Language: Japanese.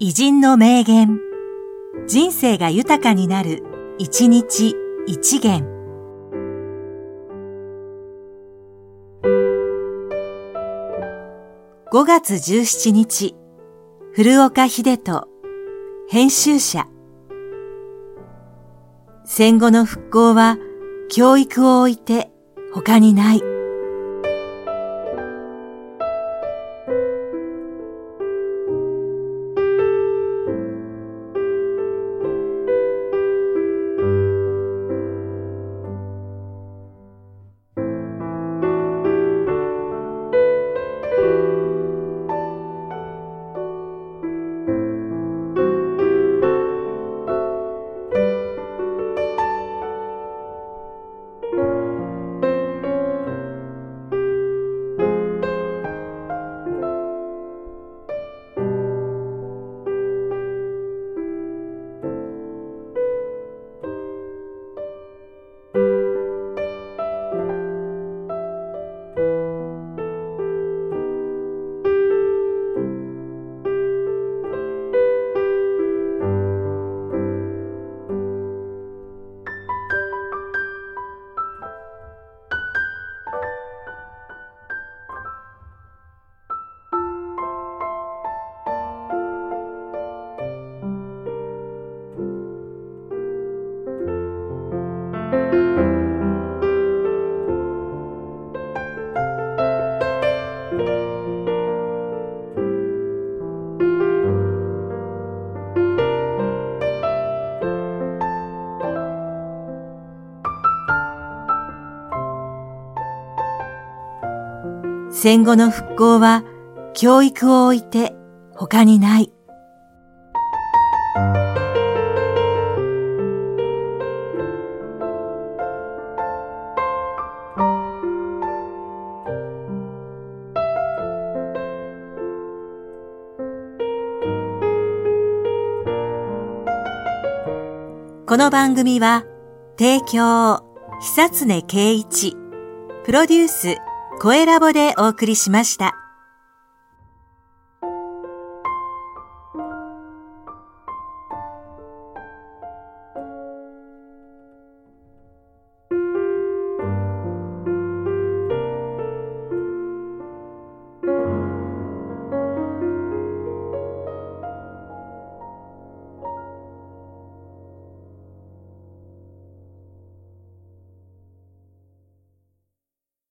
偉人の名言。人生が豊かになる、一日一元。5月17日、古岡秀人、編集者。戦後の復興は教育を置いて他にない。戦後の復興は教育を置いて他にない。この番組は提供久常圭一、プロデュース声ラボでお送りしました。